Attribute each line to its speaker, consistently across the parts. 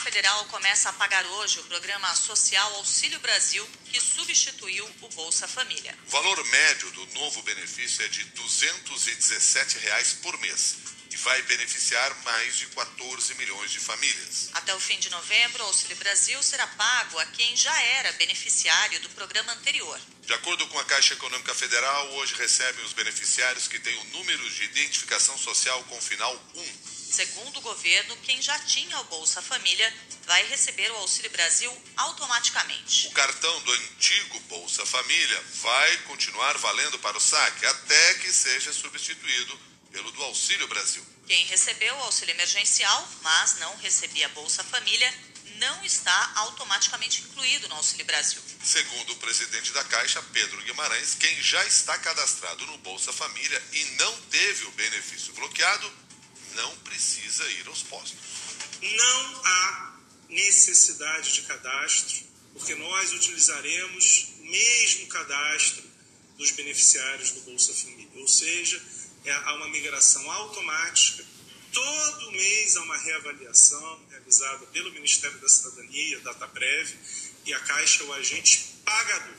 Speaker 1: Federal começa a pagar hoje o programa social Auxílio Brasil, que substituiu o Bolsa Família.
Speaker 2: O valor médio do novo benefício é de R$ 217 por mês e vai beneficiar mais de 14 milhões de famílias.
Speaker 1: Até o fim de novembro, o Auxílio Brasil será pago a quem já era beneficiário do programa anterior.
Speaker 2: De acordo com a Caixa Econômica Federal, hoje recebem os beneficiários que têm o número de identificação social com final 1.
Speaker 1: Segundo o governo, quem já tinha o Bolsa Família vai receber o Auxílio Brasil automaticamente.
Speaker 2: O cartão do antigo Bolsa Família vai continuar valendo para o saque até que seja substituído pelo do Auxílio Brasil.
Speaker 1: Quem recebeu o auxílio emergencial, mas não recebia Bolsa Família, não está automaticamente incluído no Auxílio Brasil.
Speaker 2: Segundo o presidente da Caixa, Pedro Guimarães, quem já está cadastrado no Bolsa Família e não teve o benefício bloqueado, não precisa ir aos postos.
Speaker 3: Não há necessidade de cadastro, porque nós utilizaremos o mesmo cadastro dos beneficiários do Bolsa Família, ou seja, há uma migração automática. Todo mês há uma reavaliação realizada pelo Ministério da Cidadania, a Dataprev, e a Caixa é o agente pagador.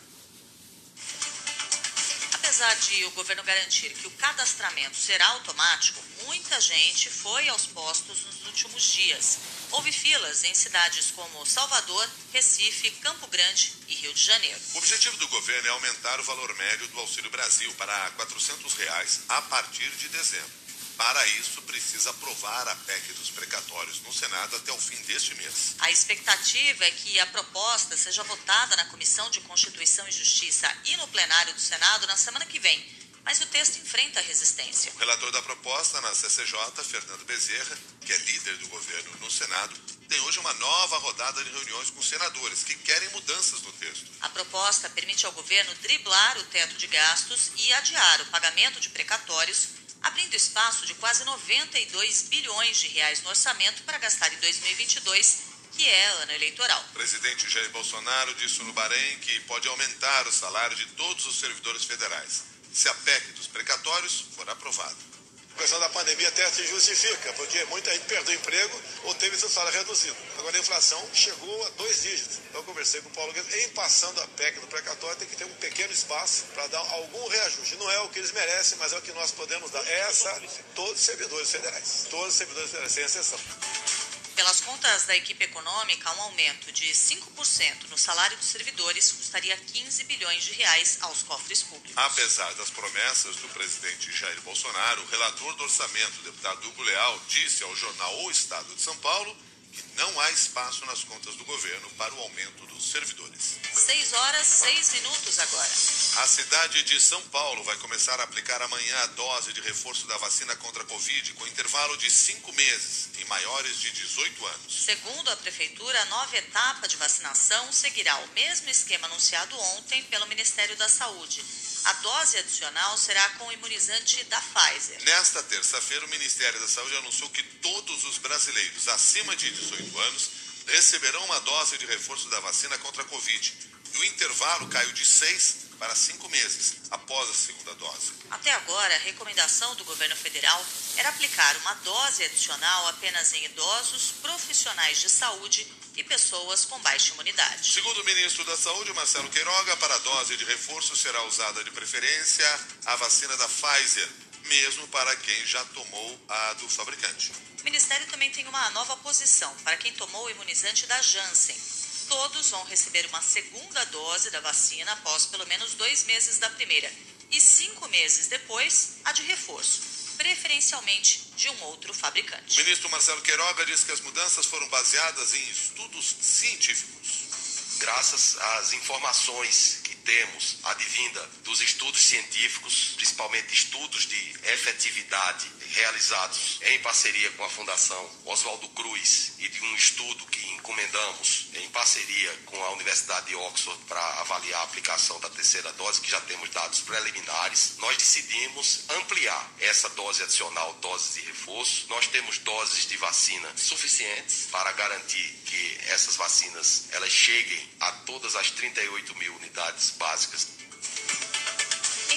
Speaker 1: Apesar de o governo garantir que o cadastramento será automático, muita gente foi aos postos nos últimos dias. Houve filas em cidades como Salvador, Recife, Campo Grande e Rio de Janeiro.
Speaker 2: O objetivo do governo é aumentar o valor médio do Auxílio Brasil para R$ 400 a partir de dezembro. Para isso, precisa aprovar a PEC dos precatórios no Senado até o fim deste mês.
Speaker 1: A expectativa é que a proposta seja votada na Comissão de Constituição e Justiça e no plenário do Senado na semana que vem, mas o texto enfrenta resistência.
Speaker 2: O relator da proposta na CCJ, Fernando Bezerra, que é líder do governo no Senado, tem hoje uma nova rodada de reuniões com senadores que querem mudanças no texto.
Speaker 1: A proposta permite ao governo driblar o teto de gastos e adiar o pagamento de precatórios, abrindo espaço de quase 92 bilhões de reais no orçamento para gastar em 2022, que é ano eleitoral.
Speaker 2: O presidente Jair Bolsonaro disse no Bahrein que pode aumentar o salário de todos os servidores federais, se a PEC dos precatórios for aprovada.
Speaker 4: A questão da pandemia até se justifica, porque muita gente perdeu o emprego ou teve seu salário reduzido. Agora a inflação chegou a 2 dígitos. Então eu conversei com o Paulo Guedes, em passando a PEC do precatório, tem que ter um pequeno espaço para dar algum reajuste. Não é o que eles merecem, mas é o que nós podemos dar. Todos os servidores federais. Todos os servidores federais, sem exceção.
Speaker 1: Pelas contas da equipe econômica, um aumento de 5% no salário dos servidores custaria 15 bilhões de reais aos cofres públicos.
Speaker 2: Apesar das promessas do presidente Jair Bolsonaro, o relator do orçamento, o deputado Hugo Leal, disse ao jornal O Estado de São Paulo que não há espaço nas contas do governo para o aumento dos servidores.
Speaker 1: 6h06 agora.
Speaker 2: A cidade de São Paulo vai começar a aplicar amanhã a dose de reforço da vacina contra a Covid, com intervalo de 5 meses, em maiores de 18 anos.
Speaker 1: Segundo a Prefeitura, a nova etapa de vacinação seguirá o mesmo esquema anunciado ontem pelo Ministério da Saúde. A dose adicional será com o imunizante da Pfizer.
Speaker 2: Nesta terça-feira, o Ministério da Saúde anunciou que todos os brasileiros acima de 18 anos receberão uma dose de reforço da vacina contra a Covid. E o intervalo caiu de 6 para 5 meses após a segunda dose.
Speaker 1: Até agora, a recomendação do governo federal era aplicar uma dose adicional apenas em idosos, profissionais de saúde e pessoas com baixa imunidade.
Speaker 2: Segundo o ministro da Saúde, Marcelo Queiroga, para a dose de reforço será usada de preferência a vacina da Pfizer, mesmo para quem já tomou a do fabricante.
Speaker 1: O Ministério também tem uma nova posição para quem tomou o imunizante da Janssen. Todos vão receber uma segunda dose da vacina após pelo menos 2 meses da primeira e 5 meses depois a de reforço, preferencialmente de um outro fabricante.
Speaker 2: O ministro Marcelo Queiroga disse que as mudanças foram baseadas em estudos científicos.
Speaker 5: Graças às informações que temos advinda dos estudos científicos, principalmente estudos de efetividade realizados em parceria com a Fundação Oswaldo Cruz e de um estudo que encomendamos em parceria com a Universidade de Oxford para avaliar a aplicação da terceira dose, que já temos dados preliminares, nós decidimos ampliar essa dose adicional, doses de reforço. Nós temos doses de vacina suficientes para garantir que essas vacinas elas cheguem a todas as 38 mil unidades básicas.
Speaker 1: Em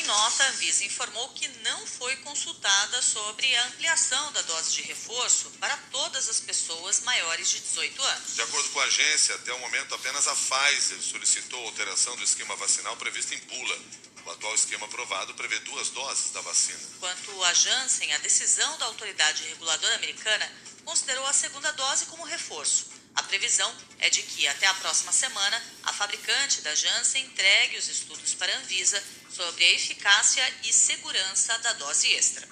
Speaker 1: Em nota, a Anvisa informou que não foi consultada sobre a ampliação da dose de reforço para todas as pessoas maiores de 18 anos.
Speaker 2: De acordo com a agência, até o momento apenas a Pfizer solicitou alteração do esquema vacinal previsto em bula. O atual esquema aprovado prevê 2 doses da vacina.
Speaker 1: Quanto à Janssen, a decisão da autoridade reguladora americana considerou a segunda dose como reforço. A previsão é de que, até a próxima semana, a fabricante da Janssen entregue os estudos para a Anvisa sobre a eficácia e segurança da dose extra.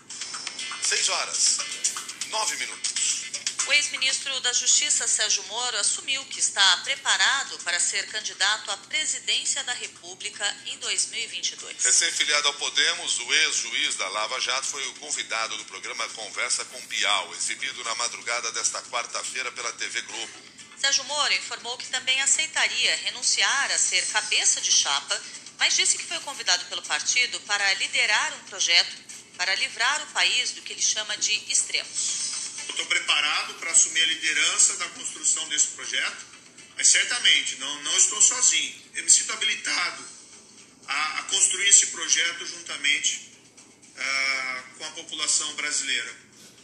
Speaker 2: 6h09.
Speaker 1: O ex-ministro da Justiça, Sérgio Moro, assumiu que está preparado para ser candidato à presidência da República em 2022.
Speaker 2: Recém-filiado ao Podemos, o ex-juiz da Lava Jato foi o convidado do programa Conversa com Bial, exibido na madrugada desta quarta-feira pela TV Globo.
Speaker 1: Sérgio Moro informou que também aceitaria renunciar a ser cabeça de chapa, mas disse que foi convidado pelo partido para liderar um projeto para livrar o país do que ele chama de extremos.
Speaker 6: Eu estou preparado para assumir a liderança da construção desse projeto, mas certamente não estou sozinho. Eu me sinto habilitado a construir esse projeto juntamente com a população brasileira.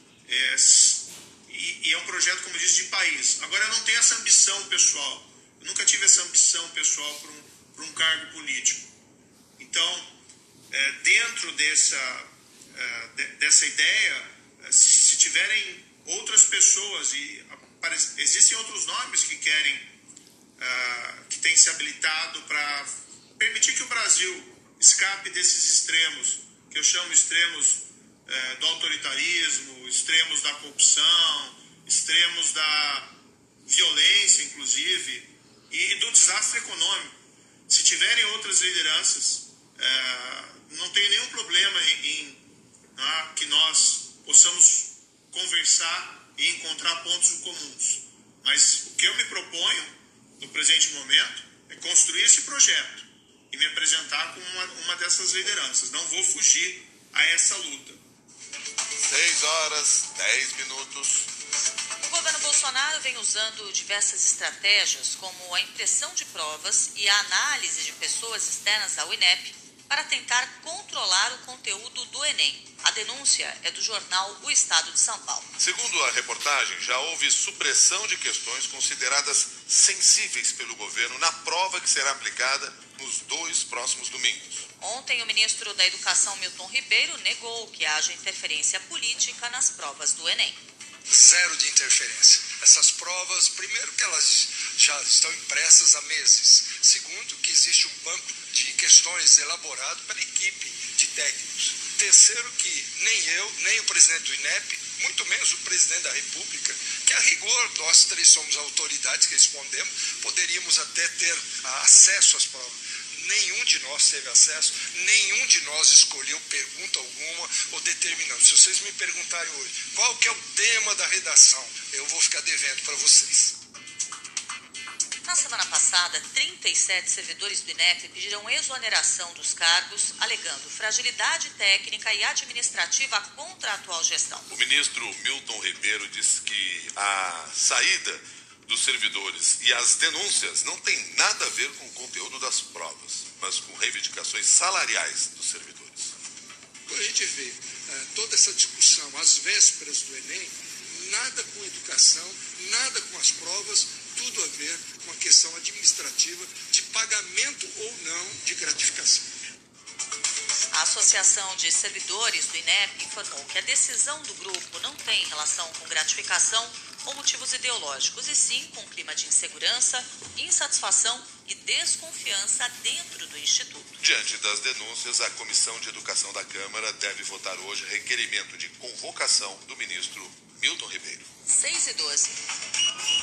Speaker 6: E é um projeto, como eu disse, de país. Agora, eu não tenho essa ambição pessoal. Eu nunca tive essa ambição pessoal para um cargo político. Então, dentro dessa ideia, se tiverem outras pessoas, e existem outros nomes que têm se habilitado para permitir que o Brasil escape desses extremos, que eu chamo extremos do autoritarismo, extremos da corrupção, extremos da violência, inclusive, e do desastre econômico. Se tiverem outras lideranças, não tem nenhum problema em que nós possamos conversar e encontrar pontos comuns. Mas o que eu me proponho, no presente momento, é construir esse projeto e me apresentar como uma dessas lideranças. Não vou fugir a essa luta.
Speaker 2: 6h10.
Speaker 1: O governo Bolsonaro vem usando diversas estratégias, como a impressão de provas e a análise de pessoas externas ao INEP, para tentar controlar o conteúdo do Enem. A denúncia é do jornal O Estado de São Paulo.
Speaker 2: Segundo a reportagem, já houve supressão de questões consideradas sensíveis pelo governo na prova que será aplicada nos 2 próximos domingos.
Speaker 1: Ontem, o ministro da Educação, Milton Ribeiro, negou que haja interferência política nas provas do Enem.
Speaker 7: Zero de interferência. Essas provas, primeiro, que elas já estão impressas há meses. Segundo, que existe um banco de questões elaborado pela equipe de técnicos. Terceiro, que nem eu, nem o presidente do INEP, muito menos o presidente da República, que a rigor nós 3 somos autoridades que respondemos, poderíamos até ter acesso às provas. Nenhum de nós teve acesso, nenhum de nós escolheu pergunta alguma ou determinando. Se vocês me perguntarem hoje qual que é o tema da redação, eu vou ficar devendo para vocês.
Speaker 1: Na semana passada, 37 servidores do INEP pediram exoneração dos cargos, alegando fragilidade técnica e administrativa contra a atual gestão.
Speaker 2: O ministro Milton Ribeiro disse que a saída dos servidores e as denúncias não tem nada a ver com o conteúdo das provas, mas com reivindicações salariais dos servidores.
Speaker 7: Quando a gente vê toda essa discussão às vésperas do Enem, nada com educação, nada com as provas, tudo a ver com a questão administrativa de pagamento ou não de gratificação.
Speaker 1: A Associação de Servidores do INEP informou que a decisão do grupo não tem relação com gratificação ou motivos ideológicos, e sim com um clima de insegurança, insatisfação e desconfiança dentro do Instituto.
Speaker 2: Diante das denúncias, a Comissão de Educação da Câmara deve votar hoje requerimento de convocação do ministro Milton Ribeiro.
Speaker 1: 6h12.